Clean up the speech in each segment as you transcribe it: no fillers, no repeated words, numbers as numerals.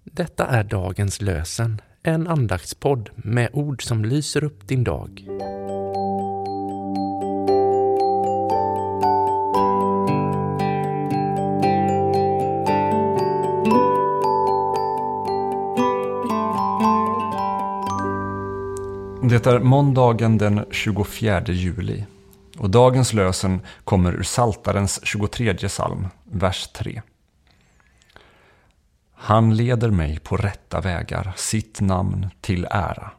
Detta är dagens lösen, en andaktspodd med ord som lyser upp din dag. Det är måndagen den 24 juli och dagens lösen kommer ur Psaltarens 23 psalm, vers 3. Han leder mig på rätta vägar, sitt namn till ära.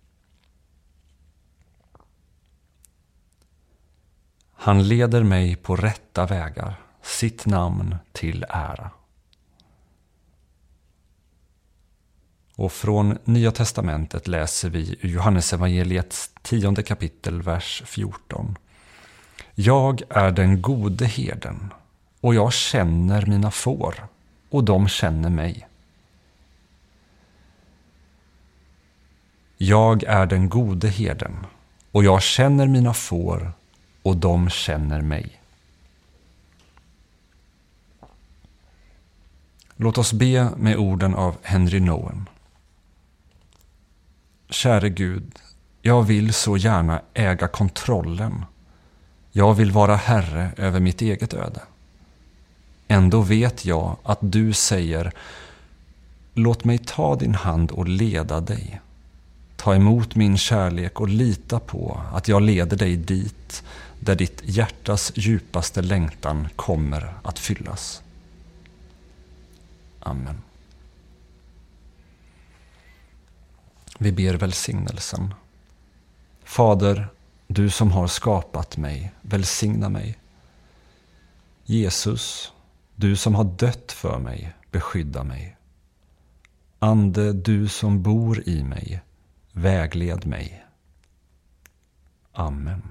Han leder mig på rätta vägar, sitt namn till ära. Och från Nya testamentet läser vi ur Johannesevangeliets 10 kapitel, vers 14. Jag är den gode herden, och jag känner mina får, och de känner mig. Jag är den gode herden, och jag känner mina får, och de känner mig. Låt oss be med orden av Henry Nouwen. Käre Gud, jag vill så gärna äga kontrollen. Jag vill vara herre över mitt eget öde. Ändå vet jag att du säger, låt mig ta din hand och leda dig. Ta emot min kärlek och lita på att jag leder dig dit där ditt hjärtas djupaste längtan kommer att fyllas. Amen. Vi ber välsignelsen. Fader, du som har skapat mig, välsigna mig. Jesus, du som har dött för mig, beskydda mig. Ande, du som bor i mig, vägled mig. Amen.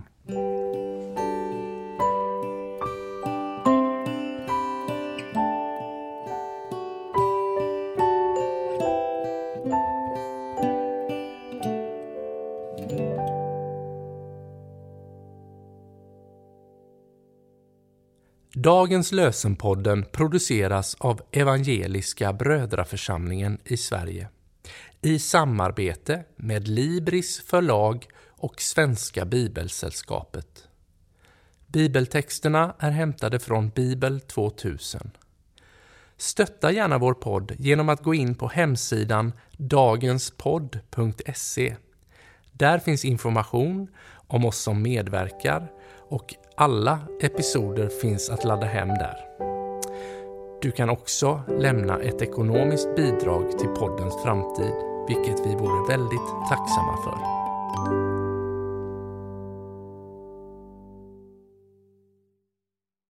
Dagens lösenpodden produceras av Evangeliska Brödraförsamlingen i Sverige i samarbete med Libris förlag och Svenska Bibelsällskapet. Bibeltexterna är hämtade från Bibel 2000. Stötta gärna vår podd genom att gå in på hemsidan dagenspodd.se. Där finns information om oss som medverkar och alla episoder finns att ladda hem där. Du kan också lämna ett ekonomiskt bidrag till poddens framtid, vilket vi vore väldigt tacksamma för.